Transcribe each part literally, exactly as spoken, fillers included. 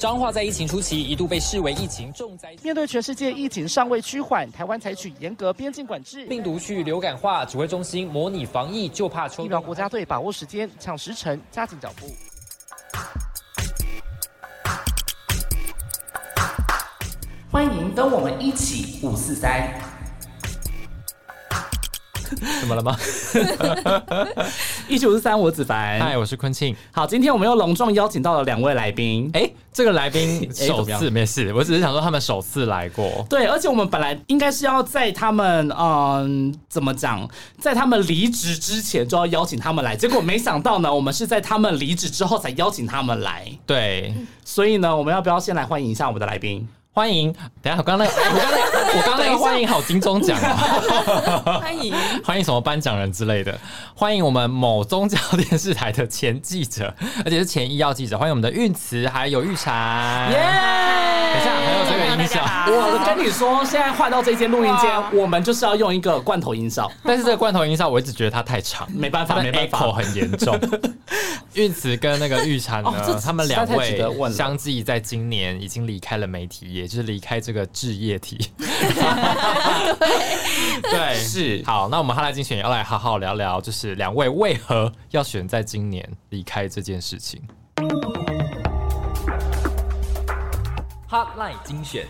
彰化在疫情初期一度被视为疫情重灾。 面对全世界疫情尚未趋缓，台湾采取严格边境管制， 病毒去流感化，指挥中心模拟防疫，就怕抽。 疫苗国家队把握时间，抢时程，加紧脚步。欢迎跟我们一起五四三。 怎么了吗？ 一九四三，我子凡， 嗨，我是坤庆。 好，今天我们又隆重邀请到了两位来宾。 哎，这个来宾首次没事，我只是想说他们首次来过。 对，而且我们本来应该是要在他们嗯怎么讲，在他们离职之前就要邀请他们来，结果没想到呢，我们是在他们离职之后才邀请他们来。 对， 所以呢，我们要不要先来欢迎一下我们的来宾？ 欢迎，等一下我刚刚那个，我刚刚我刚刚那个欢迎好金钟奖哦， 欢迎欢迎什么颁奖人之类的，欢迎我们某宗教电视台的前记者，而且是前医药记者，欢迎我们的运慈还有玉婵， 耶！ 等一下还有这个音效， 我跟你说，现在换到这间录音间，我们就是要用一个罐头音效， 但是这个罐头音效我一直觉得它太长， 没办法，没办法， 口很严重。运慈跟那个玉婵呢，哦、他们两位相继在今年已经离开了媒体业，就是离开这个制业体。对，是。好，那我们哈赖精选也要来好好聊聊，就是两位为何要选在今年离开这件事情。 哈赖精选。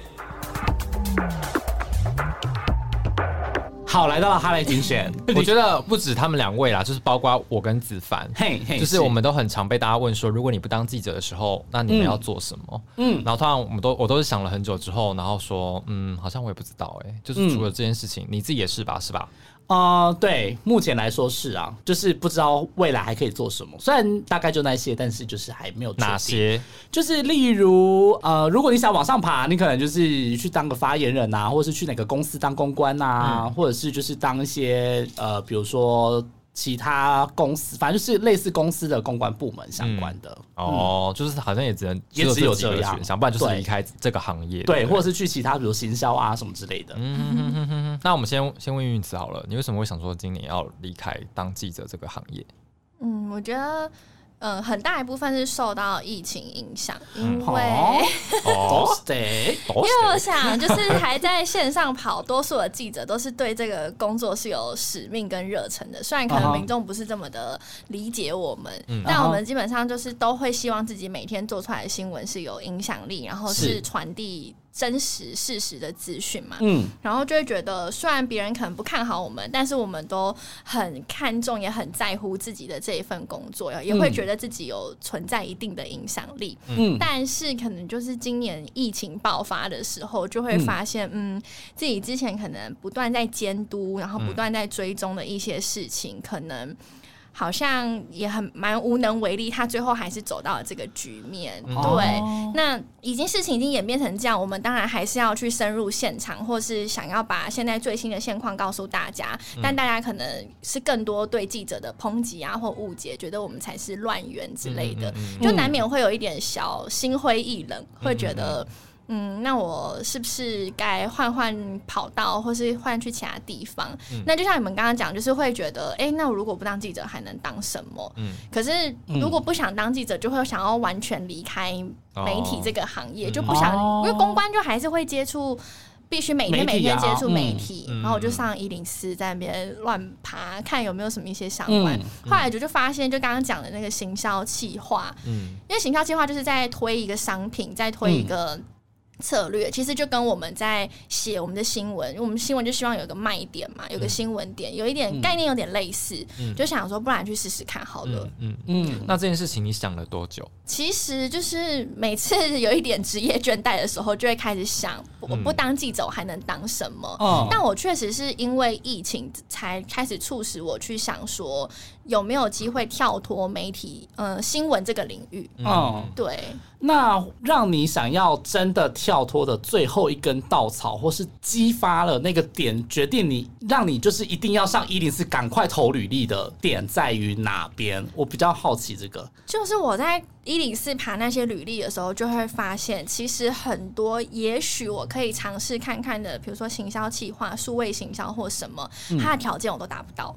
好，来到了哈赖精选。 我觉得不止他们两位啦，就是包括我跟子凡， 嘿嘿， 就是我们都很常被大家问说，如果你不当记者的时候，那你们要做什么？嗯，然后突然我们都我都是想了很久之后，然后说，嗯，好像我也不知道、欸，哎，就是除了这件事情，嗯、你自己也是吧？是吧？ 呃，对，目前来说是啊，就是不知道未来还可以做什么。虽然大概就那些，但是就是还没有确定哪些？ 就是例如呃，如果你想往上爬，你可能就是去当个发言人啊，或者是去哪个公司当公关啊，嗯、或者是就是当一些呃，比如说其他公司，反正就是类似公司的公关部门相关的。 嗯、哦，就是好像也只能也只有这样选项，不然就是离开这个行业， 对，对或者是去其他比如行销啊什么之类的。嗯哼哼哼哼，那我们先先问运慈好了，你为什么会想说今年要离开当记者这个行业？ 嗯，我觉得。嗯，很大一部分是受到疫情影响，因为、 嗯哦、 因为我想，就是还在线上跑，多数的记者都是对这个工作是有使命跟热忱的。虽然可能民众不是这么的理解我们，嗯、但我们基本上就是都会希望自己每天做出来的新闻是有影响力，然后是传递真实事实的资讯嘛，嗯，然后就会觉得，虽然别人可能不看好我们，但是我们都很看重，也很在乎自己的这一份工作，也会觉得自己有存在一定的影响力。嗯，但是可能就是今年疫情爆发的时候，就会发现，嗯，嗯自己之前可能不断在监督，然后不断在追踪的一些事情，可能。好像也很蛮无能为力，他最后还是走到了这个局面。嗯、对，那已经事情已经演变成这样，我们当然还是要去深入现场，或是想要把现在最新的现况告诉大家。嗯、但大家可能是更多对记者的抨击啊或误解，觉得我们才是乱源之类的，嗯嗯嗯、就难免会有一点小心灰意冷，嗯、会觉得。嗯，那我是不是该换换跑道，或是换去其他地方？嗯、那就像你们刚刚讲，就是会觉得，哎、欸，那我如果不当记者，还能当什么？嗯，可是如果不想当记者，就会想要完全离开媒体这个行业，哦、就不想，因为公关就还是会接触。必须每天每天接触媒体，嗯、然后我就上一零四在那边乱爬，看有没有什么一些相关。嗯、后来就就发现，就刚刚讲的那个行销企划，嗯、因为行销企划就是在推一个商品，在推一个。策略其实就跟我们在写我们的新闻，我们新闻就希望有个卖点嘛，有个新闻点，有一点概念有点类似，嗯、就想说不然去试试看好了。 嗯嗯嗯。那这件事情你想了多久？ 其实就是每次有一点职业倦怠的时候，就会开始想，我不当记者我还能当什么？嗯、但我确实是因为疫情才开始促使我去想说，有没有机会跳脱媒体呃新闻这个领域？嗯，对。 那让你想要真的跳脱的最后一根稻草，或是激发了那个点，决定你让你就是一定要上一零四赶快投履历的点在于哪边？我比较好奇这个。 就是我在一零四爬那些履历的时候，就会发现其实很多也许我可以尝试看看的，比如说行销企划、数位行销或什么，它的条件我都达不到。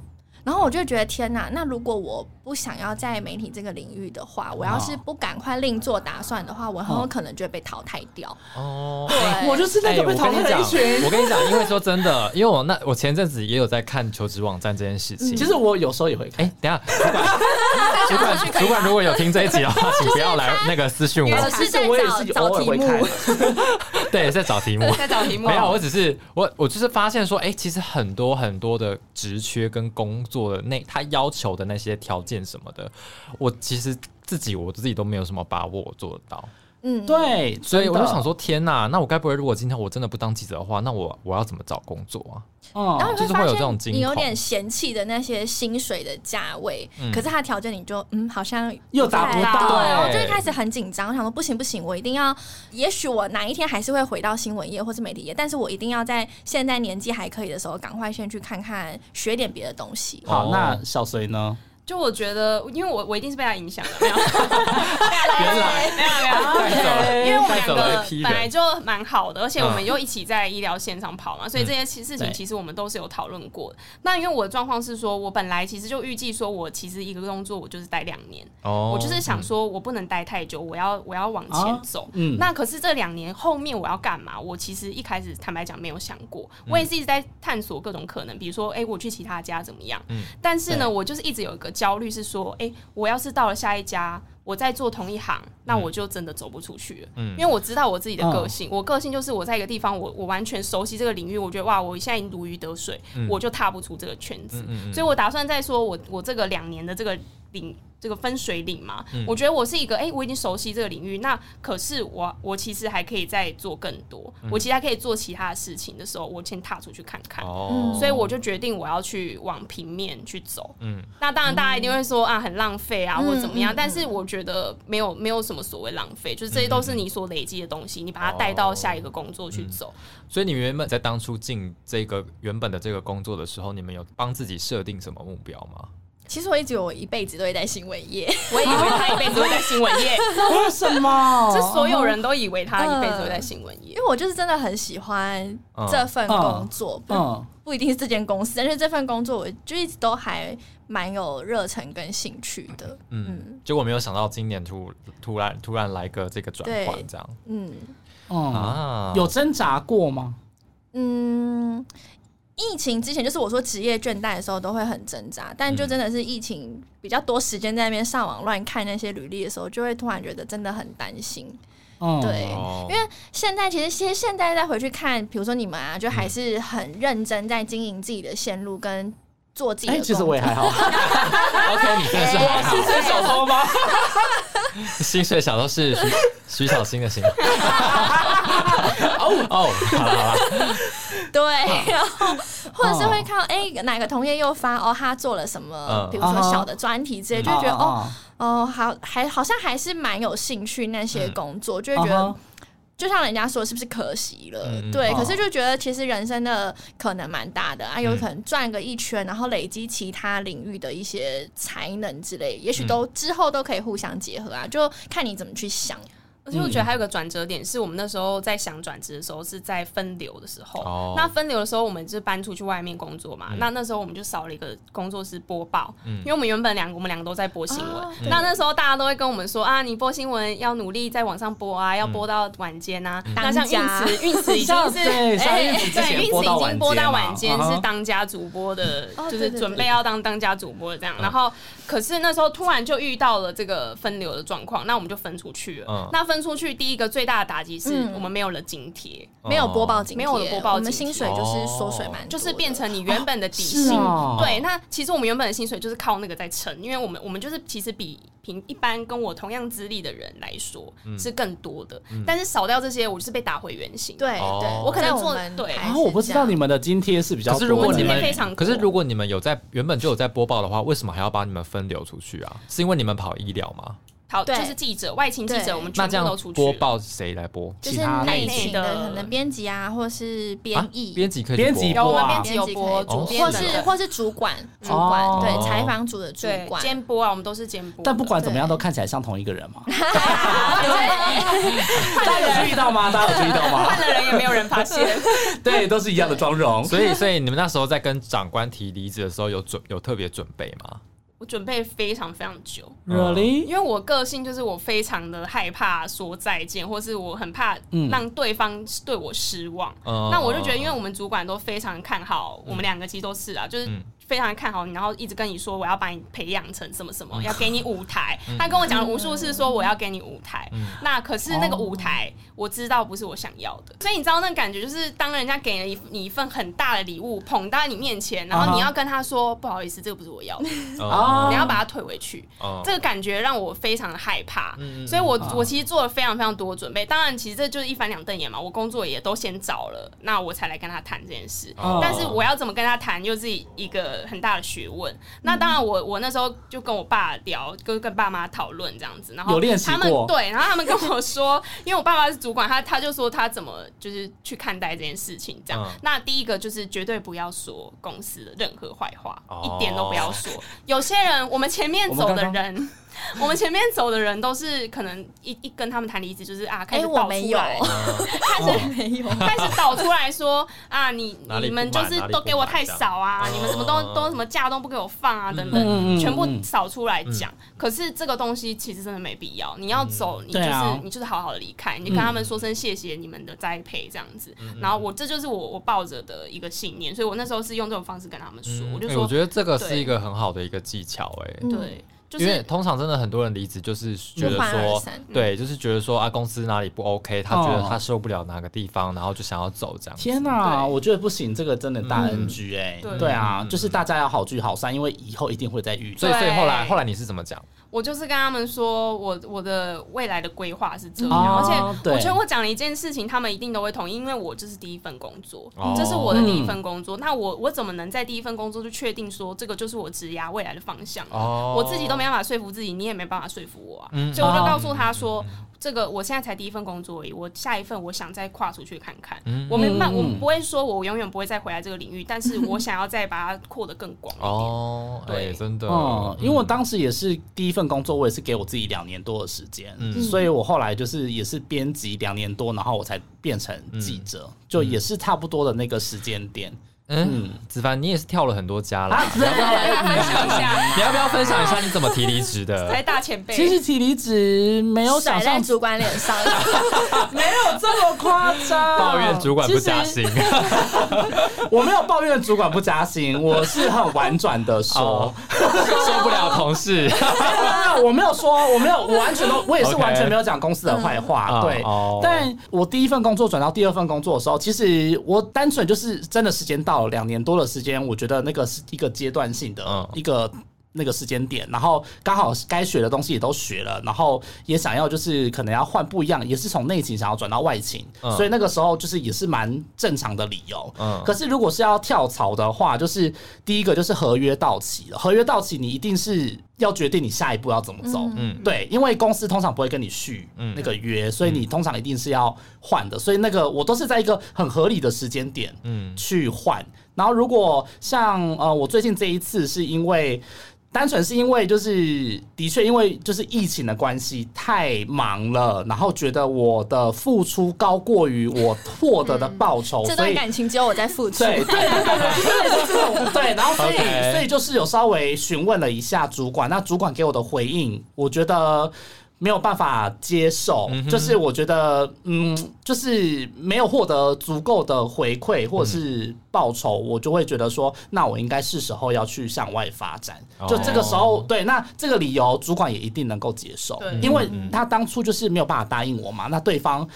然后我就觉得天哪，那如果我不想要在媒体这个领域的话，我要是不赶快另做打算的话，我很有可能就会被淘汰掉。哦， 对，我就是那个被淘汰的一群。 我跟你讲，因为说真的，因为我那我前阵子也有在看求职网站这件事情。 其实我有时候也会看。 哎，等一下，主管，主管，主管如果有听这一集的话，请不要来那个私讯我。 是在我也是偶尔会看。 对，在找题目， 在找题目。 没有，我只是我我就是发现说，哎，其实很多很多的职缺跟工作的那他要求的那些条件什么的，我其实自己我自己都没有什么把握我做得到。 嗯，对， 所以我就想说，天哪，那我该不会如果今天我真的不当记者的话，那我我要怎么找工作啊？ 嗯，然后就是会有这种惊恐， 你有点嫌弃的那些薪水的价位，嗯、可是他的条件你就嗯好像又达不到， 对，我就一开始很紧张，我想说不行不行，我一定要，也许我哪一天还是会回到新闻业或是媒体业，但是我一定要在现在年纪还可以的时候，赶快先去看看，学点别的东西。 好，那小隋呢？ 就我觉得，因为我我一定是被他影响的，没有， 原来没有没有，因为我们两个本来就蛮好的，而且我们又一起在医疗线上跑嘛，所以这些事情其实我们都是有讨论过的。那因为我的状况是说，我本来其实就预计说我其实一个工作我就是待两年，哦，我就是想说我不能待太久，我要我要往前走。嗯，那可是这两年后面我要干嘛？我其实一开始坦白讲没有想过，我也是一直在探索各种可能，比如说，哎，我去其他家怎么样？嗯，但是呢，我就是一直有一个焦虑是说，哎、欸，我要是到了下一家，我在做同一行，那我就真的走不出去了。嗯，因为我知道我自己的个性，嗯、我个性就是我在一个地方，我我完全熟悉这个领域，我觉得哇，我现在已经如鱼得水，嗯、我就踏不出这个圈子。嗯嗯嗯，所以我打算再说我我这个两年的这个领。这个分水岭嘛，嗯、我觉得我是一个，哎、欸，我已经熟悉这个领域，那可是我我其实还可以再做更多，嗯、我其实还可以做其他的事情的时候，我先踏出去看看，哦、所以我就决定我要去往平面去走。嗯，那当然大家一定会说啊，很浪费啊，嗯、或者怎么样，嗯、但是我觉得没有没有什么所谓浪费，就是这些都是你所累积的东西，你把它带到下一个工作去走。嗯、 所以你原本在当初进这个原本的这个工作的时候，你们有帮自己设定什么目标吗？ 其实我一直以为我一辈子都会在新闻业， 我也以为他一辈子会在新闻业。 为什么？ 是所有人都以为他一辈子会在新闻业， 因为我就是真的很喜欢这份工作，嗯嗯、不, 不一定是这间公司，但是这份工作我就一直都还蛮有热忱跟兴趣的。嗯， 嗯结果没有想到今年突突然突然来个这个转换，这样。嗯嗯啊，有挣扎过吗？ 嗯。疫情之前，就是我说职业倦怠的时候，都会很挣扎。但就真的是疫情比较多时间在那边上网乱看那些履历的时候，就会突然觉得真的很担心。嗯、对，因为现在其实其实现在再回去看，比如说你们啊，就还是很认真在经营自己的线路跟做自己的工作。 欸、其实我也还好。 OK， 你真的是还好。 薪水小偷吗？ 薪水小偷是徐徐小新的薪。哦哦，好了好了。 对，然后或者是会看哎、欸、哪个同业又发哦他做了什么，比如说小的专题之类，就会觉得哦哦好还好像还是蛮有兴趣那些工作，就会觉得。就像人家说，是不是可惜了？嗯、对，哦、可是就觉得其实人生的可能蛮大的啊，有可能转个一圈，然后累积其他领域的一些才能之类，也许都之后都可以互相结合啊，就看你怎么去想。 而且我觉得还有个转折点是我们那时候在想转职的时候是在分流的时候，哦、那分流的时候我们就搬出去外面工作嘛，嗯、那那时候我们就少了一个工作室播报，嗯、因为我们原本两个我们两个都在播新闻，哦、那那时候大家都会跟我们说啊，你播新闻要努力在网上播啊，要播到晚间啊，嗯、那像运慈，运慈已经是对， 对， 运慈已经播到晚间是当家主播的，哦、就是准备要当当家主播的这样，然后可是那时候突然就遇到了这个分流的状况，那我们就分出去了，嗯、那分出去第一个最大的打击是我们没有了津贴， 嗯、没有播报津贴， 没有了播报津贴， 我们薪水就是缩水蛮多， 就是变成你原本的底薪。 哦、 对，那其实我们原本的薪水就是靠那个在撑，因为我们我们就是其实比平一般跟我同样资历的人来说，嗯、是更多的，嗯、但是少掉这些，我就是被打回原形。 对对， 我可能做对。 然后我不知道你们的津贴是比较多， 可是如果你们非常， 可是如果你们有在原本就有在播报的话，为什么还要把你们分流出去啊？是因为你们跑医疗吗？ 好，就是记者，外勤记者，我们全部都出去。 播报谁来播？ 就是内勤的，可能编辑啊，或是编译。 编辑可以编辑有我们编辑有播，主编或是或是主管，主管对采访组的主管监播啊，我们都是监播。 但不管怎么样，都看起来像同一个人嘛。大家有注意到吗？大家有注意到吗？ 换了人也没有人发现。 对，都是一样的妆容。 所以，所以你们那时候在跟长官提离职的时候，有准有特别准备吗？ 我准备非常非常久 ，Really？ 因为我个性就是我非常的害怕说再见，或是我很怕让对方对我失望。嗯、那我就觉得，因为我们主管都非常看好，嗯、我们两个其实都是啊，就是。非常看好你，然后一直跟你说我要把你培养成什么什么，要给你舞台。他跟我讲了无数次说我要给你舞台，那可是那个舞台我知道不是我想要的，所以你知道那个感觉就是当人家给了你一份很大的礼物捧到你面前，然后你要跟他说不好意思，这个不是我要的，你要把它退回去。这个感觉让我非常的害怕，所以我我其实做了非常非常多的准备。当然，其实这就是一翻两瞪眼嘛，我工作也都先找了，那我才来跟他谈这件事。但是我要怎么跟他谈，又是一个很大的学问。那当然我，我我那时候就跟我爸聊，跟跟爸妈讨论这样子，然后他们对，然后他们跟我说，因为我爸爸是主管，他他就说他怎么就是去看待这件事情这样。嗯、那第一个就是绝对不要说公司的任何坏话，哦、一点都不要说。有些人，我们前面走的人。刚刚我们前面走的人都是可能一一跟他们谈离职，就是啊开始导出来，开始没有，开始导出来说啊你你们就是都给我太少啊，你们什么都都什么假都不给我放啊等等，全部扫出来讲。可是这个东西其实真的没必要，你要走，你就是你就是好好的离开，你跟他们说声谢谢你们的栽培这样子。然后我这就是我我抱着的一个信念，所以我那时候是用这种方式跟他们说，我就说我觉得这个是一个很好的一个技巧，哎， 对。 因为通常真的很多人离职，就是觉得说，对，就是觉得说啊，公司哪里不 OK， 他觉得他受不了哪个地方，然后就想要走这样。 天哪，我觉得不行，这个真的大 N G 哎、欸嗯，对啊，嗯、就是大家要好聚好散，因为以后一定会再遇。 所以，所以后来后来你是怎么讲？ 我就是跟他们说我我的未来的规划是这样，哦、而且我觉得我讲了一件事情，他们一定都会同意，因为我这是第一份工作，哦、这是我的第一份工作。嗯、那我我怎么能在第一份工作就确定说这个就是我职涯未来的方向？哦、我自己都没办法说服自己，你也没办法说服我啊。嗯、所以我就告诉他说。嗯这个我现在才第一份工作而已，我下一份我想再跨出去看看。嗯、我没办，我不会说我永远不会再回来这个领域，但是我想要再把它扩得更广一点。哦， 对，欸、真的、 嗯，因为我当时也是第一份工作，我也是给我自己两年多的时间，嗯、所以我后来就是也是编辑两年多，然后我才变成记者，嗯、就也是差不多的那个时间点。 嗯，子凡，你也是跳了很多家了，啊、你要不要来分享一下？你要不要分享一下你怎么提离职的？ 才大前辈， 其实提离职没有想象甩在主管脸上， 没有这么夸张。 抱怨主管不加薪， 我没有抱怨主管不加薪，我是很婉转的说，哦、 受不了同事。 我没有说，我没有，我完全都，我也是完全没有讲公司的坏话， okay, 对。嗯、但我第一份工作转到第二份工作的时候，其实我单纯就是真的时间到。两年多的时间，我觉得那个是一个阶段性的一个那个时间点，然后刚好该学的东西也都学了，然后也想要就是可能要换不一样，也是从内勤想要转到外勤，嗯、所以那个时候就是也是蛮正常的理由。嗯、可是如果是要跳槽的话，就是第一个就是合约到期了，合约到期你一定是要决定你下一步要怎么走。嗯、对，因为公司通常不会跟你续那个约，嗯、所以你通常一定是要换的，所以那个我都是在一个很合理的时间点去换。然后如果像呃我最近这一次是因为。单纯是因为就是的确因为就是疫情的关系太忙了，然后觉得我的付出高过于我获得的报酬， 嗯、这段感情只有我在付出。 对对对对，是这种对，然后所以 okay. 所以就是有稍微询问了一下主管，那主管给我的回应，我觉得。没有办法接受，嗯、就是我觉得，嗯，就是没有获得足够的回馈或者是报酬，嗯、我就会觉得说，那我应该是时候要去向外发展。哦、就这个时候，对，那这个理由主管也一定能够接受，因为他当初就是没有办法答应我嘛，那对方。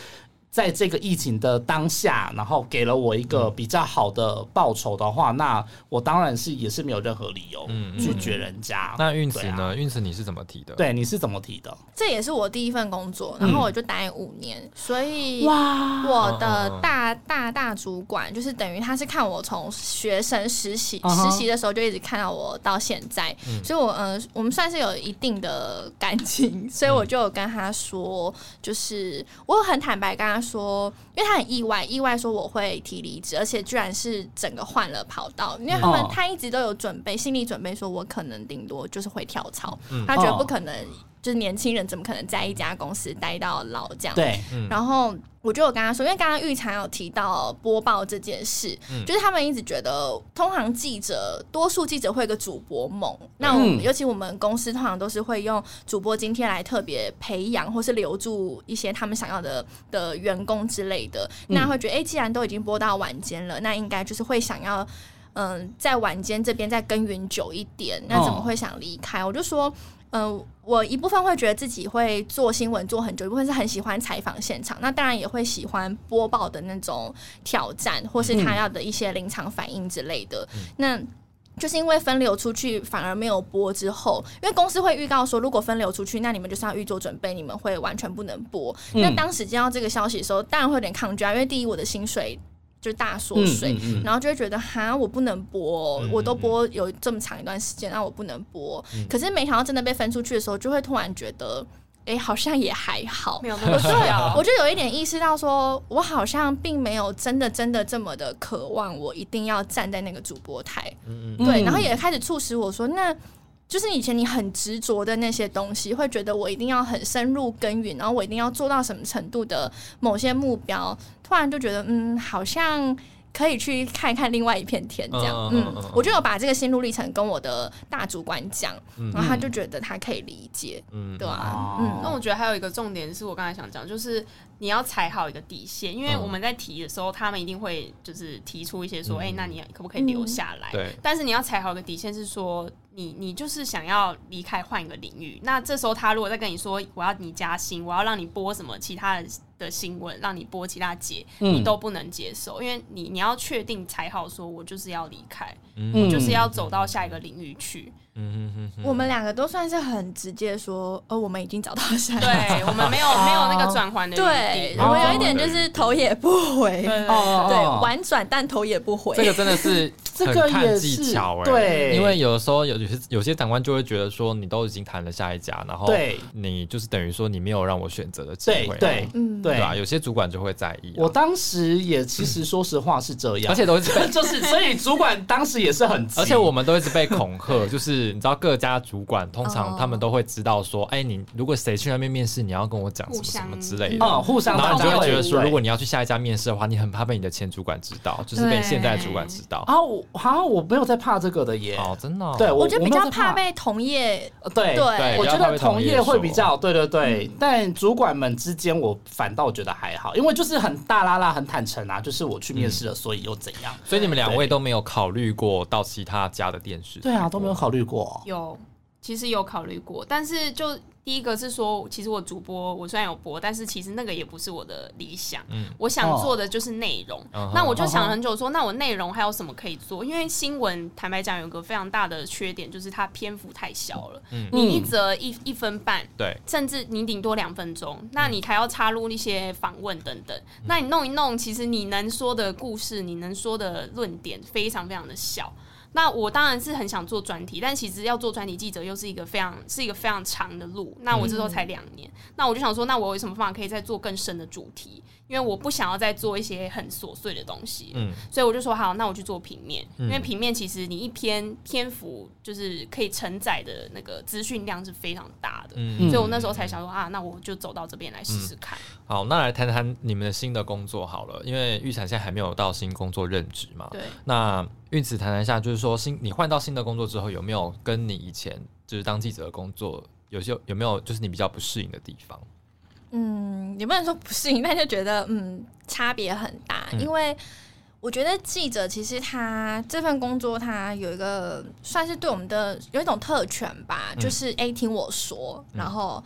在这个疫情的当下，然后给了我一个比较好的报酬的话，那我当然是也是没有任何理由拒绝人家。 嗯嗯、那运慈呢？运慈、啊、你是怎么提的？ 对，你是怎么提的？ 这也是我第一份工作，然后我就待五年，嗯、所以我的大大大主管就是等于他是看我从学生实习、uh huh. 实习的时候就一直看到我到现在，嗯、所以我呃我们算是有一定的感情，所以我就有跟他说，就是我很坦白跟他说，因为他很意外，意外说我会提离职，而且居然是整个换了跑道，因为他们、哦、他一直都有准备，心理准备说我可能顶多就是会跳槽，嗯、他觉得不可能。就是年轻人怎么可能在一家公司待到老这样？对，嗯、然后我就有跟他说，因为刚刚玉嬋有提到播报这件事，嗯、就是他们一直觉得，通常记者多数记者会有个主播梦，那我们、嗯、尤其我们公司通常都是会用主播津贴来特别培养或是留住一些他们想要的的员工之类的，嗯、那会觉得，哎、欸，既然都已经播到晚间了，那应该就是会想要。嗯，在晚间这边再耕耘久一点，那怎么会想离开？哦、我就说，嗯，我一部分会觉得自己会做新闻做很久，一部分是很喜欢采访现场，那当然也会喜欢播报的那种挑战，或是他要的一些临场反应之类的。嗯、那就是因为分流出去反而没有播之后，因为公司会预告说，如果分流出去，那你们就是要预做准备，你们会完全不能播。嗯、那当时接到这个消息的时候，当然会有点抗拒啊，因为第一我的薪水。就是大缩水，嗯嗯嗯、然后就会觉得哈，我不能播、哦，嗯嗯嗯我都播有这么长一段时间，那我不能播。嗯、可是没想到真的被分出去的时候，就会突然觉得，哎、欸，好像也还好，没有那么需要。我就有一点意识到说，我好像并没有真的真的这么的渴望，我一定要站在那个主播台。嗯嗯对，然后也开始促使我说，那。就是以前你很执着的那些东西，会觉得我一定要很深入耕耘，然后我一定要做到什么程度的某些目标，突然就觉得嗯，好像可以去看一看另外一片天这样。嗯，嗯我就有把这个心路历程跟我的大主管讲，嗯、然后他就觉得他可以理解，嗯，对啊， 嗯，那我觉得还有一个重点是我刚才想讲，就是你要踩好一个底线，因为我们在提的时候，他们一定会就是提出一些说，哎、嗯欸，那你可不可以留下来？对、嗯，但是你要踩好一个底线是说。你你就是想要离开换一个领域，那这时候他如果再跟你说我要你加薪，我要让你播什么其他的的新闻，让你播其他节，嗯、你都不能接受，因为你你要确定才好说，我就是要离开，嗯、我就是要走到下一个领域去。 嗯哼哼，我们两个都算是很直接说，呃，我们已经找到下一个， 对我们没有没有那个转换的余地， 对，我们有一点就是头也不回，对，对，婉转但头也不回， 这个真的是很看技巧哎、欸，对，因为有的时候有些有些长官就会觉得说，你都已经谈了下一家，然后你就是等于说你没有让我选择的机会，对，嗯，对吧？有些主管就会在意、啊。 我当时也其实说实话是这样， 而且都一直被就是所以主管当时也是很急， 而且我们都一直被恐吓，就是你知道各家主管通常他们都会知道说，哎、欸，你如果谁去那边面试，你要跟我讲什么什么之类的， 嗯，互相， 然后你就会觉得说，如果你要去下一家面试的话，你很怕被你的前主管知道，就是被现在的主管知道。 啊，我好像我没有在怕这个的耶， 哦，真的、哦， 对，我我觉得比较怕被同业， 对对， 我觉得同业会比较，对对对，嗯、但主管们之间我反倒觉得还好，因为就是很大啦啦，很坦诚啊，就是我去面试了，嗯、所以又怎样？ 所以你们两位都没有考虑过到其他家的电视？ 对啊，都没有考虑过， 有。其实有考虑过，但是就第一个是说，其实我主播我虽然有播，但是其实那个也不是我的理想。嗯、我想做的就是内容。哦、那我就想了很久说，那我内容还有什么可以做？因为新闻坦白讲有个非常大的缺点，就是它篇幅太小了。嗯、你一则一一分半，对，甚至你顶多两分钟，那你还要插入一些访问等等，嗯、那你弄一弄，其实你能说的故事，你能说的论点非常非常的小。那我当然是很想做专题，但其实要做专题记者又是一个非常是一个非常长的路。那我这时候才两年，嗯、那我就想说，那我有什么方法可以再做更深的主题？因为我不想要再做一些很琐碎的东西，嗯，所以我就说好，那我去做平面，嗯、因为平面其实你一篇篇幅就是可以承载的那个资讯量是非常大的，嗯，所以我那时候才想说啊，那我就走到这边来试试看， 嗯。好，那来谈谈你们的新的工作好了，因为玉嬋现在还没有到新工作任职嘛，对，那运慈谈谈一下，就是说新你换到新的工作之后，有没有跟你以前就是当记者的工作有些有没有就是你比较不适应的地方？ 嗯，也不能说不适应，但就觉得嗯差别很大，嗯、因为我觉得记者其实他这份工作他有一个算是对我们的有一种特权吧，嗯、就是哎、欸、听我说，然后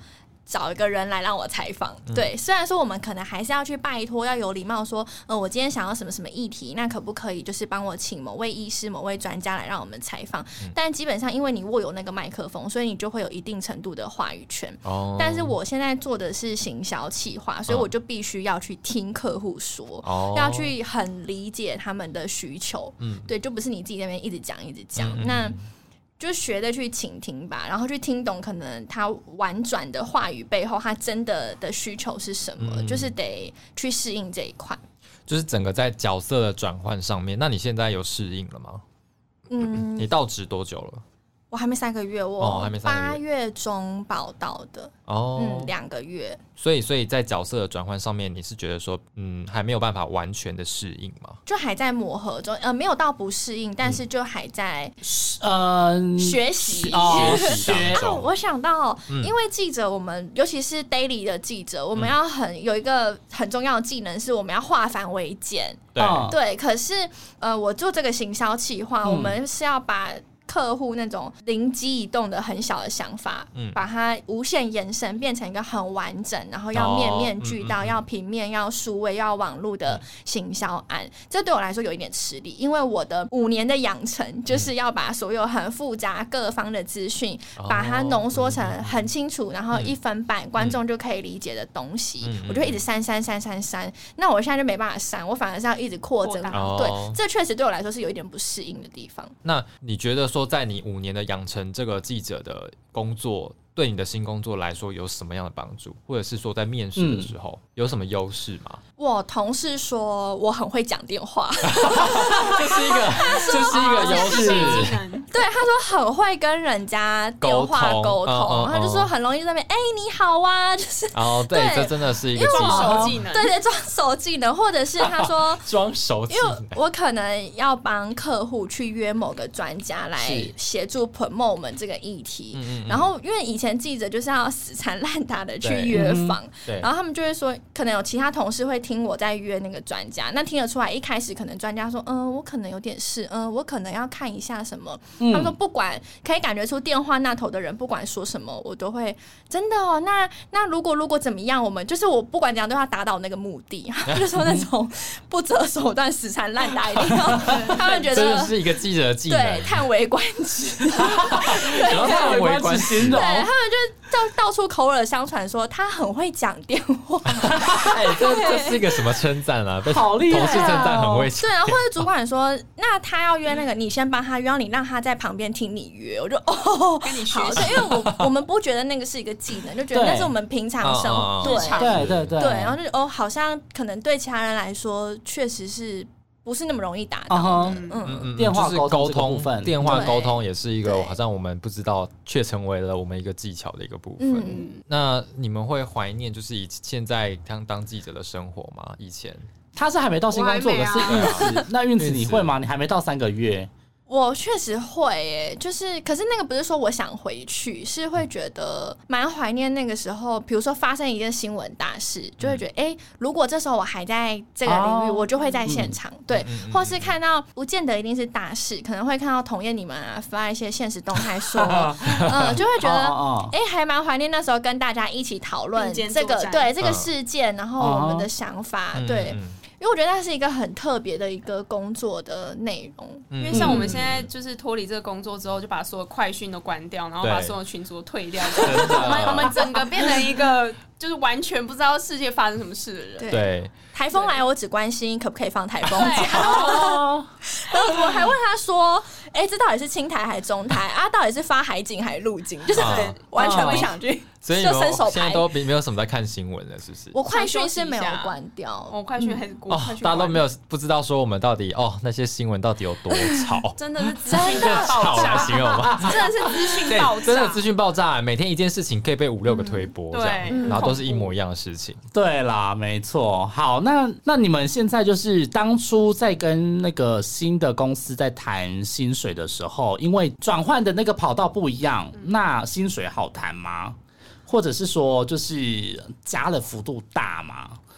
找一个人来让我采访。嗯、对，虽然说我们可能还是要去拜托，要有礼貌说，呃，我今天想要什么什么议题，那可不可以就是帮我请某位医师、某位专家来让我们采访？嗯、但基本上因为你握有那个麦克风，所以你就会有一定程度的话语权。哦。但是我现在做的是行销企划，所以我就必须要去听客户说，哦、要去很理解他们的需求。嗯。对，就不是你自己在那边一直讲一直讲。嗯、那。就学着去倾听吧，然后去听懂可能他婉转的话语背后他真的的需求是什么，嗯、就是得去适应这一块。 就是整个在角色的转换上面，那你现在有适应了吗？嗯，你到职多久了？ 我还没三个月，我八月中报到的，哦，嗯，两个月。 所以，所以在角色的转换上面，你是觉得说，嗯，还没有办法完全的适应吗？ 就还在磨合中，呃，没有到不适应，但是就还在呃学习哦学中。我想到，因为记者，我们尤其是 daily 的记者，我们要很有一个很重要的技能，是我们要化繁为简。 对对，可是呃，我做这个行销企划，我们是要把客户那种灵机一动的很小的想法，嗯、把它无限延伸变成一个很完整，然后要面面俱到，哦、要平面、要数位、要网络的行销案。嗯、这对我来说有一点吃力，因为我的五年的养成就是要把所有很复杂各方的资讯，嗯、把它浓缩成很清楚，然后一分半、嗯、观众就可以理解的东西，嗯、我就一直删删删删删。那我现在就没办法删，我反而是要一直扩增。哦、对，这确实对我来说是有一点不适应的地方。 那你觉得说，在你五年的养成这个记者的工作，对你的新工作来说有什么样的帮助？或者是说在面试的时候、嗯、有什么优势吗？ 我同事说我很会讲电话， 这是一个，这是一个优势。 对，他说很会跟人家电话沟通，哦哦、他就说很容易在那边，哎、欸，你好啊，就是哦，对，这真的是一个装熟技能， 对对，装熟技能，或者是他说装熟技能， 因为我可能要帮客户去约某个专家来协助 promote 我们这个议题，嗯嗯然后因为以前记者就是要死缠烂打的去约访，然后他们就会说，可能有其他同事会听我在约那个专家，那听得出来，一开始可能专家说，嗯、呃，我可能有点事，嗯、呃，我可能要看一下什么。嗯、他们说不管，可以感觉出电话那头的人不管说什么，我都会真的哦。那那如果如果怎么样，我们就是我不管怎样都要达到那个目的，就是说那种不择手段、死缠烂打，一定要他们觉得这是一个记者的技能， 对，叹为观止， 叹为观止， 对，他们就。到到处口耳相传说他很会讲电话， 哎、欸，这这是一个什么称赞啊？ 好厉害、哦！ 同事称赞很会讲。 对，然后或者主管说，那他要约那个，你先帮他约，然后你让他在旁边听你约。我就哦， 跟你学好，对，因为我我们不觉得那个是一个技能，就觉得那是我们平常生活， 对对对对对，然后就哦，好像可能对其他人来说，确实是。不是那么容易达到的， uh-huh, 嗯嗯嗯，电话沟通这个部分， 电话沟通也是一个好像我们不知道，却成为了我们一个技巧的一个部分。嗯、那你们会怀念就是以现在当当记者的生活吗？以前他是还没到新工作的是运子，那运子你会吗？你还没到三个月。 我确实会耶，就是可是那个不是说我想回去，是会觉得蛮怀念那个时候，比如说发生一件新闻大事，就会觉得哎、欸，如果这时候我还在这个领域，我就会在现场，嗯、对，嗯、或是看到不见得一定是大事，可能会看到同业你们啊发一些现实动态说，嗯，就会觉得哎、欸，还蛮怀念那时候跟大家一起讨论这个对这个事件，然后我们的想法，嗯、对。嗯因为我觉得那是一个很特别的一个工作的内容， 因为像我们现在就是脱离这个工作之后，就把所有快讯都关掉，然后把所有群组都退掉，我们我们整个变成一个就是完全不知道世界发生什么事的人。 对， 台风来我只关心可不可以放台风假，然后我还问他说，哎、欸，这到底是青台还是中台啊？到底是发海警还是陆警？就是完全不想去。 所以你们现在都没有什么在看新闻了，是不是？ 我快讯是没有关掉， 我快讯还是哦，大家都没有不知道说我们到底哦那些新闻到底有多吵， 真的是资讯爆炸， 形容吗？ 真的是资讯爆炸， 真的资讯爆炸，每天一件事情可以被五六个推播，这样，然后都是一模一样的事情。 对啦，没错。好，那那你们现在就是当初在跟那个新的公司在谈薪水的时候，因为转换的那个跑道不一样，那薪水好谈吗？或者是说，就是加的幅度大嘛？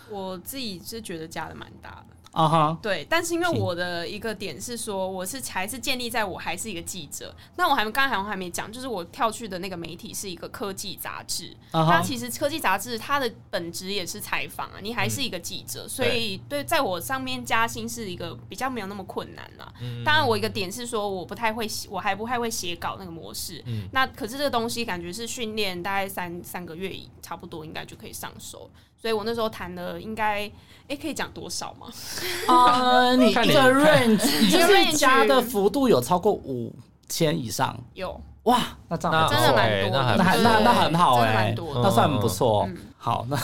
我自己是觉得加的蛮大的。 啊哈， 对，但是因为我的一个点是说，我是还是建立在我还是一个记者。那我还刚才好像还没讲，就是我跳去的那个媒体是一个科技杂志。Uh-huh. 它其实科技杂志它的本质也是采访啊，你还是一个记者，嗯、所以对，在我上面加薪是一个比较没有那么困难啦。嗯、当然，我一个点是说，我不太会，我还不太会写稿那个模式。嗯、那可是这个东西感觉是训练大概三三个月差不多应该就可以上手。所以我那时候谈的应该，哎、欸，可以讲多少吗？ 呃，你一个 range， 你就是加的幅度有超过五千以上， 有哇，那这样真的蛮多的， 那还那那很好哎、欸，那算很不错。嗯好，那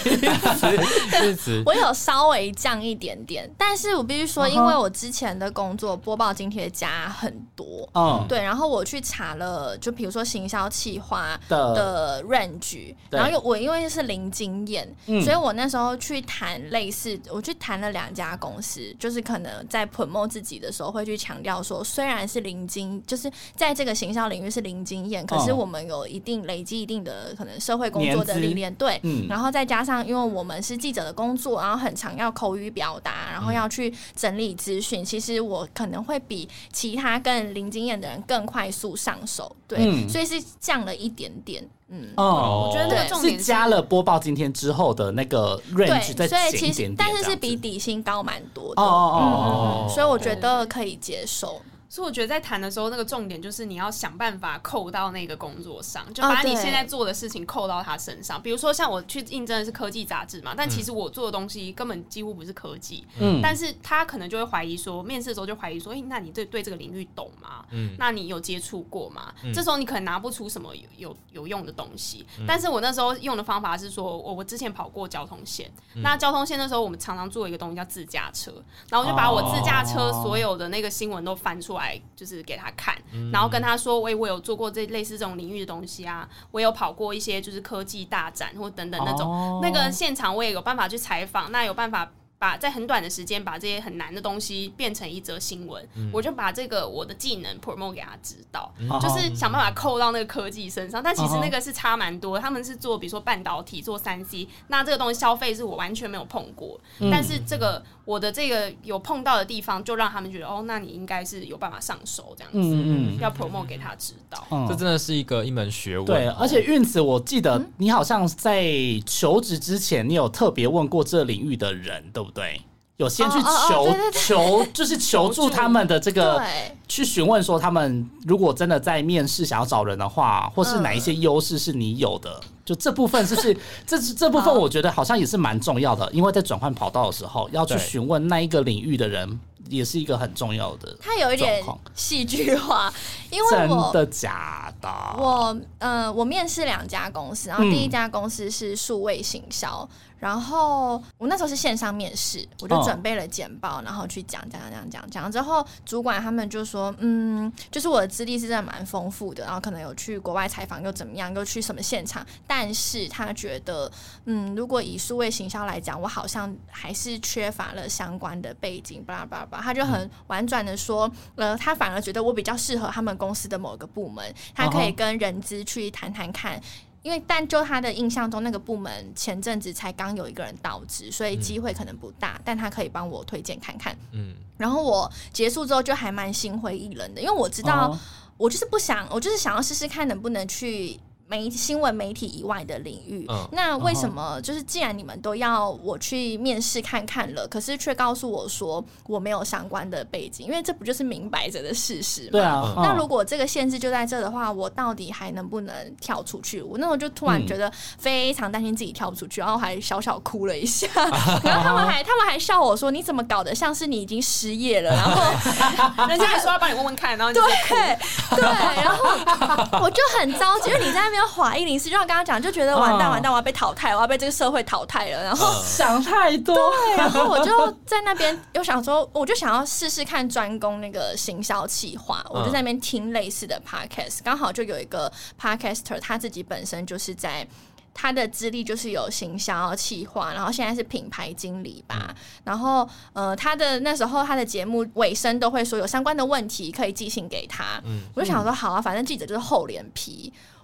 我有稍微降一点点，但是我必须说，因为我之前的工作播报津贴加很多，嗯，对，然后我去查了，就比如说行销企划的 range， 然后我因为是零经验、嗯，所以我那时候去谈类似，我去谈了两家公司，就是可能在 promote 自己的时候会去强调说，虽然是零经，就是在这个行销领域是零经验，可是我们有一定累积一定的可能社会工作的历练，对。嗯然后再加上，因为我们是记者的工作，然后很常要口语表达，然后要去整理资讯。其实我可能会比其他更零经验的人更快速上手，对，嗯、所以是降了一点点。嗯， 哦， 我觉得那个重点是, 是加了播报今天之后的那个 range 再减一点点， 所以其实但是是比底薪高蛮多的。 哦哦哦， 所以我觉得可以接受。 所以我觉得在谈的时候，那个重点就是你要想办法扣到那个工作上，就把你现在做的事情扣到他身上。比如说像我去应征的是科技杂志嘛，但其实我做的东西根本几乎不是科技，嗯，但是他可能就会怀疑说，面试的时候就怀疑说，哎、欸，那你对对这个领域懂吗？嗯，那你有接触过吗？嗯、这时候你可能拿不出什么有有有用的东西。嗯、但是我那时候用的方法是说，我我之前跑过交通线，嗯、那交通线那时候我们常常做一个东西叫自驾车，然后我就把我自驾车所有的那个新闻都翻出来，就是给他。他看，然后跟他说，我我有做过这类似这种领域的东西啊，我有跑过一些就是科技大展或等等那种，哦、那个现场我也有办法去采访，那有办法把在很短的时间把这些很难的东西变成一则新闻，嗯、我就把这个我的技能 promote 给他知道，嗯、就是想办法扣到那个科技身上。但其实那个是差蛮多，他们是做比如说半导体、做三 C， 那这个东西消费是我完全没有碰过，嗯、但是这个我的这个有碰到的地方，就让他们觉得哦，那你应该是有办法上手这样子，嗯嗯，要 promote 给他知道， 嗯、这真的是一个一门学问。 对，而且韵子，我记得你好像在求职之前，你有特别问过这领域的人，对不对？有先去求、哦哦哦、对对对求，就是求助他们的这个，去询问说他们如果真的在面试想要找人的话，或是哪一些优势是你有的，嗯、就这部分是不是这这部分我觉得好像也是蛮重要的，因为在转换跑道的时候要去询问那一个领域的人。也是一个很重要的， 它有一点戏剧化，因为我真的假的？ 我呃，我面试两家公司，然后第一家公司是数位行销，嗯、然后我那时候是线上面试，我就准备了简报，然后去讲讲讲讲讲之后，主管他们就说，嗯，就是我的资历是真的蛮丰富的，然后可能有去国外采访又怎么样，又去什么现场，但是他觉得，嗯，如果以数位行销来讲，我好像还是缺乏了相关的背景，巴拉巴拉巴拉。他就很婉转的说，呃，他反而觉得我比较适合他们公司的某个部门，他可以跟人资去谈谈看。因为但就他的印象中，那个部门前阵子才刚有一个人到职，所以机会可能不大，嗯、但他可以帮我推荐看看。嗯，然后我结束之后就还蛮心灰意冷的，因为我知道、哦、我就是不想，我就是想要试试看能不能去媒新闻媒体以外的领域，嗯、那为什么就是既然你们都要我去面试看看了，可是却告诉我说我没有相关的背景，因为这不就是明摆着的事实吗？ 对啊， 那如果这个限制就在这的话，我到底还能不能跳出去？我那时候就突然觉得非常担心自己跳不出去，然后还小小哭了一下，然后他们还他们还笑我说你怎么搞得像是你已经失业了，然后人家还说要帮你问问看，然后你就哭，对对，然后我就很着急，因为你在那边滑一零四，就像刚刚讲，就觉得完蛋完蛋，我要被淘汰，我要被这个社会淘汰了。然后想太多， 对，然后我就在那边又想说，我就想要试试看专攻那个行销企划，我就在那边听类似的 podcast， 刚好就有一个 podcaster， 他自己本身就是在。他的资历就是有行销企划，然后现在是品牌经理吧。嗯、然后呃，他的那时候他的节目尾声都会说有相关的问题可以寄信给他。嗯、我就想说好啊，反正记者就是厚脸皮。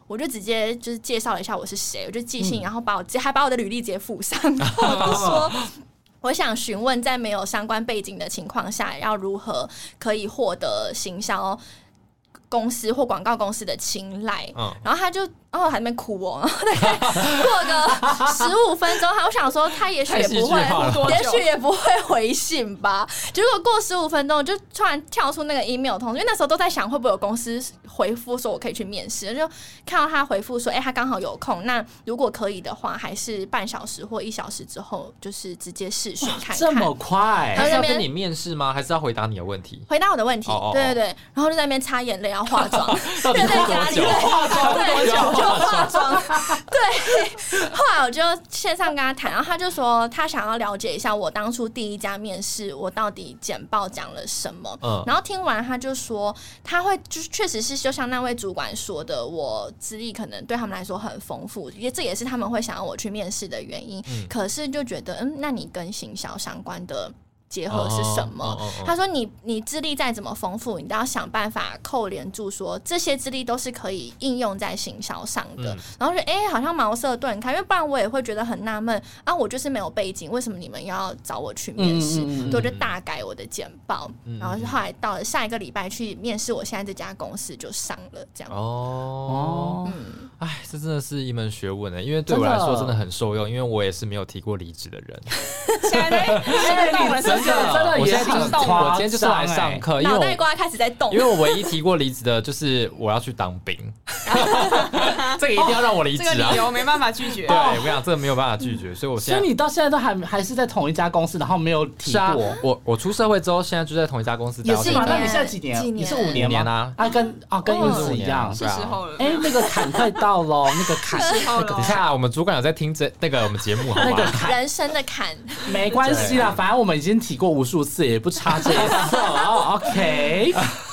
我就直接就是介绍了一下我是谁，我就寄信，嗯、然后把我还把我的履历直接附上，然后我就说。我想询问，在没有相关背景的情况下，要如何可以获得行销公司或广告公司的青睐？嗯、然后他就。然后还在那边哭哦，大概过个十五分钟，我想说他也许也不会，也许也不会回信吧。结果过十五分钟，就突然跳出那个 email 通知，因为那时候都在想会不会有公司回复说我可以去面试，就看到他回复说，哎、欸，他刚好有空，那如果可以的话，还是半小时或一小时之后，就是直接视讯看看。 这么快？ 他是要跟你面试吗？还是要回答你的问题？ 回答我的问题， oh, oh, oh. 对对对，然后就在那边擦眼泪，要化妆， 到底化多久？ 化妆多久？ 就化妆，对。后来我就线上跟他谈，然后他就说他想要了解一下我当初第一家面试我到底简报讲了什么。嗯、然后听完他就说他会就是确实是就像那位主管说的，我资历可能对他们来说很丰富，也这也是他们会想要我去面试的原因。嗯、可是就觉得嗯，那你跟行销相关的。结合是什么？ oh, oh, oh, oh. 他说你你资历再怎么丰富，你都要想办法扣连住说这些资历都是可以应用在行销上的。嗯、然后就哎、欸，好像茅塞顿开，因为不然我也会觉得很纳闷啊，我就是没有背景，为什么你们要找我去面试？嗯嗯嗯、所以我就大改我的简报，嗯、然后后来到了下一个礼拜去面试我现在这家公司就上了，这样。 哦，嗯，哎，这真的是一门学问呢，因为对我来说真的很受用，因为我也是没有提过离职的人。 现在现在动了， 真的真的也很动。 我今天就是来上课， 脑袋瓜开始在动。 因为我唯一提过离职的就是我要去当兵，这个一定要让我离职啊！ 这个理由没办法拒绝。 对，我跟你讲，这个没有办法拒绝，所以我现在， 所以你到现在都还还是在同一家公司，然后没有提过。 啊、我我出社会之后，现在就在同一家公司。 也是吗？那你现在几年？ 几年？ 你是五年吗？ 啊， 啊，跟啊跟运子一样， 是时候了。 哎，那个坎快到了，那个坎， 等一下，我们主管有在听这那个我们节目，好吗？ 那个坎， 人生的坎， 没关系啦，反正我们已经提过无数次，也不差这一次。哦 ，OK，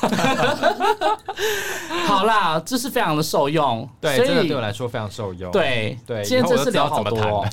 好啦，这是非常的受用， 对，真的对我来说非常受用。 对对， 今天真是聊好多。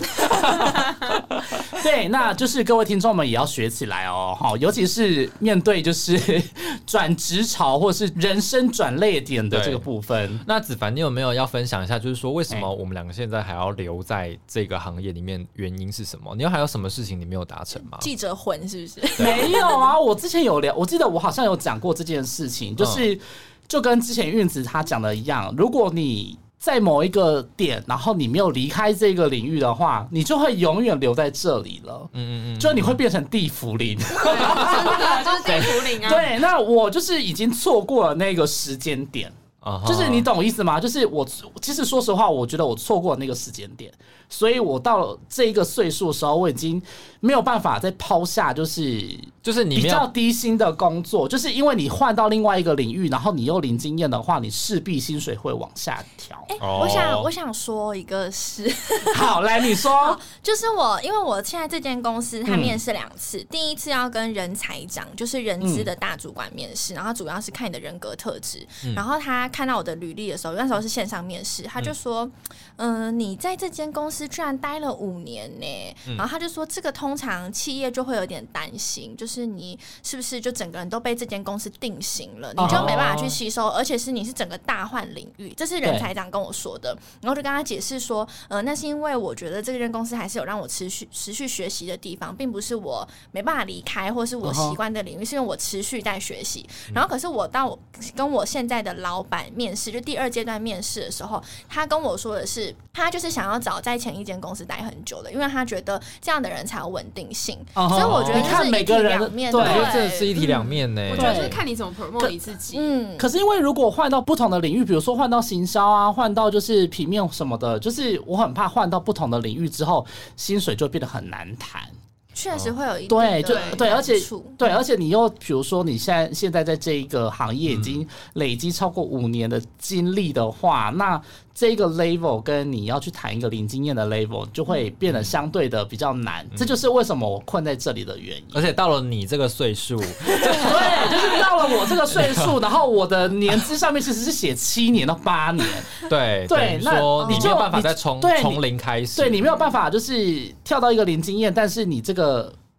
对，那就是各位听众们也要学起来哦，尤其是面对就是转职潮或是人生转捩点的这个部分。 那子凡，你有没有要分享一下，就是说为什么我们两个现在还要留在这个行业里面，原因是什么？你有还有什么事情你没有达成吗？ 记者魂是不是？ 没有啊，我之前有聊，我记得我好像有讲过这件事情，就是就跟之前韵子他讲的一样，如果你在某一个点，然后你没有离开这个领域的话，你就会永远留在这里了。嗯嗯嗯，就你会变成地茯苓， 对，就是地茯苓啊。 对，那我就是已经错过了那个时间点。Uh-huh. 就是你懂意思吗？就是我其实说实话，我觉得我错过那个时间点，所以我到了这一个岁数的时候，我已经没有办法再抛下就是就是你比较低薪的工作，就是因为你换到另外一个领域，然后你又零经验的话，你势必薪水会往下调。 哎、欸， oh. 我想我想说一个事， 好，来你说， 就是我因为我现在这间公司，他面试两次、嗯，第一次要跟人才长，就是人资的大主管面试、嗯，然后主要是看你的人格特质、嗯，然后他。看到我的履历的时候，那时候是线上面试，他就说：“嗯、呃，你在这间公司居然待了五年呢。嗯”然后他就说：“这个通常企业就会有点担心，就是你是不是就整个人都被这间公司定型了，你就没办法去吸收，而且是你是整个大换领域。”这是人才长跟我说的，然后就跟他解释说：“呃，那是因为我觉得这间公司还是有让我持续持续学习的地方，并不是我没办法离开，或是我习惯的领域，是因为我持续在学习。然后可是我到跟我现在的老板。”面试就第二阶段面试的时候，他跟我说的是，他就是想要找在前一间公司待很久的，因为他觉得这样的人才有稳定性。哦、所以我觉得就是一体两面， 对，我觉得这是一体两面呢、 嗯。我觉得就是看你怎么 promote 你自己。 嗯，可是因为如果换到不同的领域，比如说换到行销啊，换到就是平面什么的，就是我很怕换到不同的领域之后，薪水就变得很难谈。 确实会有一定的对，就对，而且对， 嗯、 而且你又比如说你现在现在在这一个行业已经累积超过五年的经历的话，嗯、那这个 level 跟你要去谈一个零经验的 level 就会变得相对的比较难，嗯、这就是为什么我困在这里的原因。 而且到了你这个岁数， 对，就是到了我这个岁数，然后我的年资上面其实是写七年到八年， 对对， 那你没有办法再从从零开始， 对你没有办法就是跳到一个零经验，但是你这个。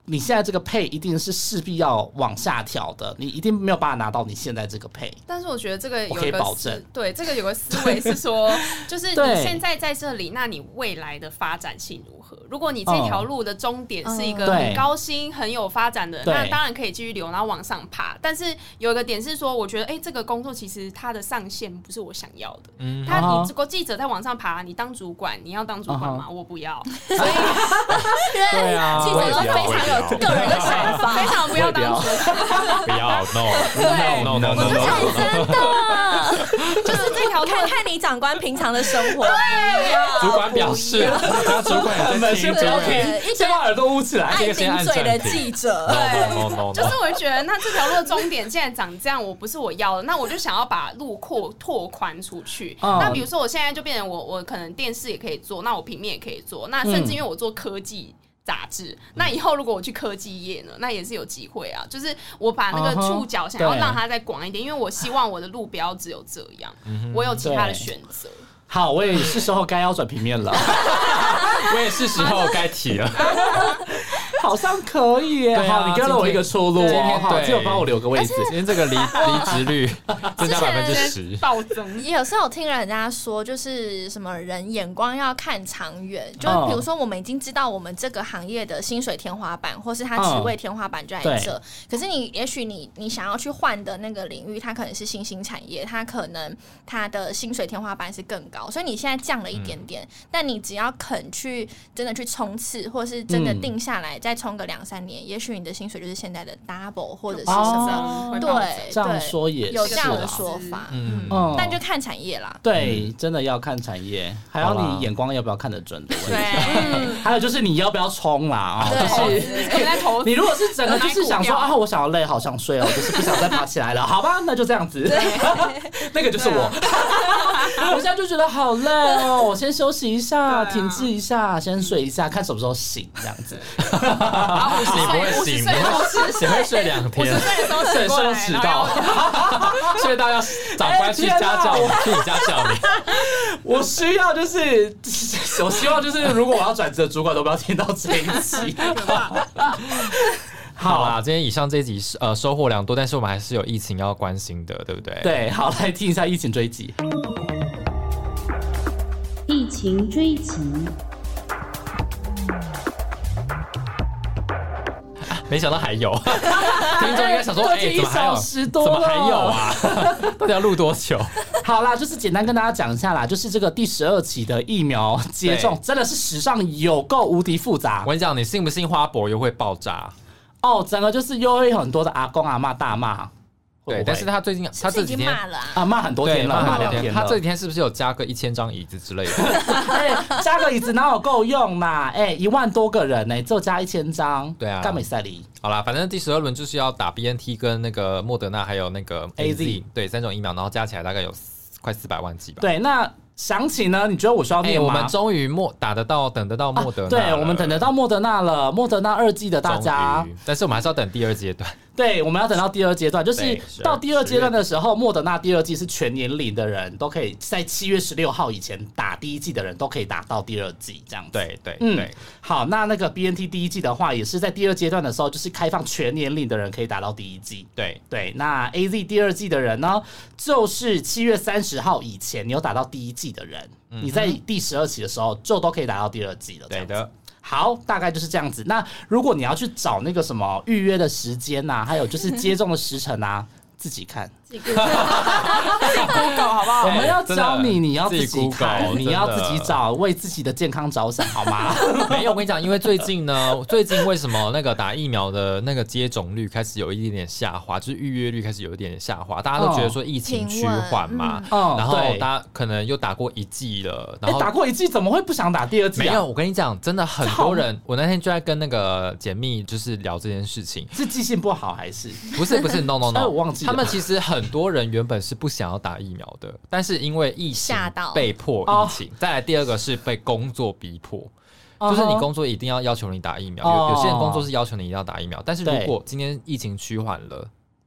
你现在这个配一定是势必要往下调的，你一定没有办法拿到你现在这个配。 但是我觉得这个有我可以个保证， 对，这个有个思维是说，就是你现在在这里，那你未来的发展性如何？如果你这条路的终点是一个很高薪、很有发展的，那当然可以继续留，然后往上爬。但是有一个点是说，我觉得，哎、欸，这个工作其实它的上限不是我想要的。嗯，他你这个记者在往上爬，你当主管，你要当主管吗？ Uh-huh. 我不要。所以， 对啊，记者都非常有个人的想法， 非常不要当主管， 不要 ，no， 对 no no no no， 真的，就是这条路，看看你长官平常的生活。 主管表示，他主管也在听， 不要听，先把耳朵捂起来。 爱顶嘴的记者， 对，就是我觉得，那这条路的终点现在长这样，我不是我要的，那我就想要把路扩拓宽出去。那比如说，我现在就变成我，我可能电视也可以做，那我平面也可以做，那甚至因为我做科技杂志，那以后如果我去科技业呢，那也是有机会啊。就是我把那个触角想要让它再广一点，因为我希望我的路不要只有这样，我有其他的选择。 好，我也是时候该要转平面了， 我也是时候该提了。 好像可以耶！啊、好，你给了我一个出路哦。好，记得帮我留个位置。 今天这个离离职率增加百分之十， 暴增。 也有时候听人家说，就是什么人眼光要看长远，就比如说我们已经知道我们这个行业的薪水天花板，或是它职位天花板就在这。嗯、可是你也许你你想要去换的那个领域，它可能是新兴产业，它可能它的薪水天花板是更高，所以你现在降了一点点，嗯、但你只要肯去真的去冲刺，或是真的定下来，再冲个两三年，也许你的薪水就是现在的 double 或者是什么，哦、对， 这样说也是有这样的说法，嗯，嗯但就看产业啦。 对，真的要看产业，还有你眼光要不要看得准的问题。对，还有就是你要不要冲啦啊？就是你如果是整个就是想说啊，我想要累，好想睡哦，就是不想再爬起来了，好吧，那就这样子。那个就是我，我现在就觉得好累哦，我先休息一下，停滞一下，先睡一下，看什么时候醒这样子。 你不会醒，你会只会睡两天。 五十岁的时候睡过来， 迟到，睡到要长官去家教，去你家教你。 我需要就是，我希望就是，如果我要转职的主管都不要听到这一集。 好啦，今天以上这一集呃收获良多，但是我们还是有疫情要关心的，对不对？ 对，好，来听一下疫情追击。 疫情追击。 没想到还有，听众应该想说，哎、欸，怎么还有？怎么还有啊？到底要录多久？ 好啦，就是简单跟大家讲一下啦，就是这个第十二期的疫苗接种，真的是史上有够无敌复杂。 我跟你讲，你信不信花博又会爆炸？ 哦，整个就是又会有很多的阿公阿嬷大骂。 对，但是他最近他这几天骂了啊，骂很多天了，骂两天了。 他这几天是不是有加个一千张椅子之类的？ 哎，加个椅子哪有够用嘛？哎，一万多个人呢，只有加一千张。 对啊， 干美赛里。 好啦，反正第十二轮就是要打 B N T 跟那个莫德纳还有那个 A Z， 对，三种疫苗，然后加起来大概有快四百万剂吧。 对，那。详情呢？你觉得我需要念吗？ 欸、我们终于莫打得到，等得到莫德纳、啊。 对，我们等得到莫德纳了。莫德纳二剂的大家， 但是我们还是要等第二阶段。 对，我们要等到第二阶段，就是到第二阶段的时候，莫德纳第二剂是全年龄的人都可以在七月十六号以前打第一剂的人都可以打到第二剂，这样子。 对对，嗯，对好，那那个 B N T 第一剂的话，也是在第二阶段的时候，就是开放全年龄的人可以打到第一剂。 对对，那 A Z 第二剂的人呢，就是七月三十号以前你有打到第一剂的人。你在第十二期的时候就都可以打到第二季了。 对的， 好，大概就是这样子。那如果你要去找那个什么预约的时间啊，还有就是接种的时程啊，自己看。 自己 Google 好不好？ 我们要教你，你要自己看，你要自己找，为自己的健康着想，好吗？ 没有，我跟你讲，因为最近呢，最近为什么那个打疫苗的那个接种率开始有一点点下滑，就是预约率开始有一点点下滑，大家都觉得说疫情趋缓嘛， 嗯、 然后大家可能又打过一剂了，然后、 欸、打过一剂怎么会不想打第二剂、啊？ 没有，我跟你讲，真的很多人，我那天就在跟那个简蜜就是聊这件事情， 是记性不好还是？ 不是不是 ，no no no， 我忘记了。 他们其实很多人原本是不想要打疫苗的，但是因为疫情被迫疫情，再来第二个是被工作逼迫，就是你工作一定要要求你打疫苗，有有些人工作是要求你一定要打疫苗，但是如果今天疫情趋缓了。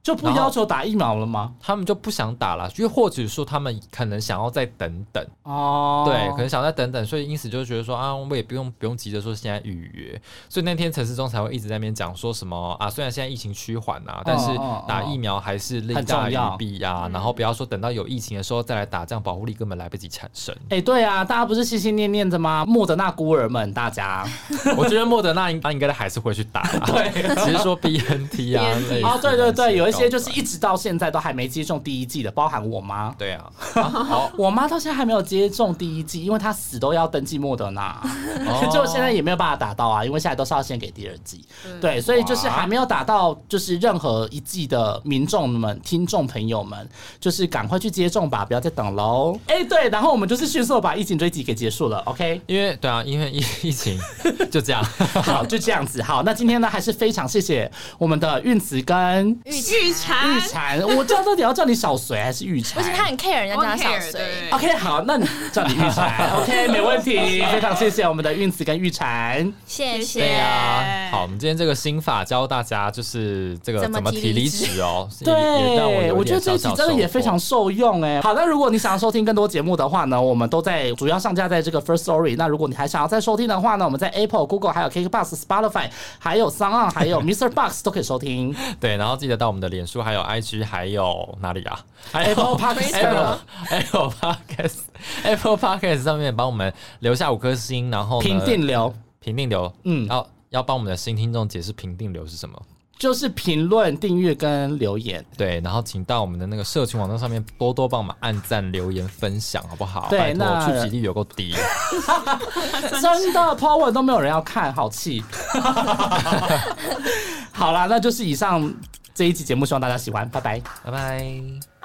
就不要求打疫苗了吗？ 他们就不想打了，因为或者说他们可能想要再等等哦， 对，可能想再等等，所以因此就觉得说啊，我也不用不用急着说现在预约，所以那天陈时中才会一直在那边讲说什么啊，虽然现在疫情趋缓啊，但是打疫苗还是利大于弊啊，然后不要说等到有疫情的时候再来打，这样保护力根本来不及产生。 哎、欸，对啊，大家不是心心念念的吗？莫德纳孤儿们，大家， 我觉得莫德纳应应该还是会去打啦，对，只是说 B N T 啊， 哦，对对对，有一些就是一直到现在都还没接种第一剂的，包含我妈。 对啊， 啊我妈到现在还没有接种第一剂，因为她死都要登记莫德纳，哦、就现在也没有办法打到啊，因为现在都是要先给第二剂。对，所以就是还没有打到，就是任何一剂的民众们、听众朋友们，就是赶快去接种吧，不要再等喽。哎、欸，对，然后我们就是迅速把疫情追击给结束了 ，OK？ 因为对啊，因为疫疫情就这样， 好，就这样子。好，那今天呢，还是非常谢谢我们的运慈跟玉婵， 玉婵，我知道到底要叫你小隋还是玉婵？ 不是，他很 care 人家叫他小隋。 OK， 好，那你叫你玉婵，OK， 没问题。非常谢谢我们的运慈跟玉婵， 谢谢。 对啊，好，我们今天这个心法教大家就是这个怎么提离职哦。 对，我觉得这一集真的也非常受用哎。好，那如果你想要收听更多节目的话呢，我们都在主要上架在这个 First Story。那如果你还想要再收听的话呢，我们在 Apple、Google 还有 KKBox、Spotify 还有 SoundOn 还有 Mister Box 都可以收听。 对，然后记得到我们的脸书还有 I G 还有哪里啊 ？Apple Podcast、 Apple Podcast、Apple Podcast 上面帮我们留下五颗星，然后评定流， 评定流，嗯，要要帮我们的新听众解释评定流是什么。 就是评论、订阅跟留言， 对，然后请到我们的那个社群网站上面多多帮我们按赞、留言、分享，好不好？ 对，那触及率有够低， 真的 po 文都没有人要看，好气。好啦，那就是以上这一期节目，希望大家喜欢，拜拜， 拜拜。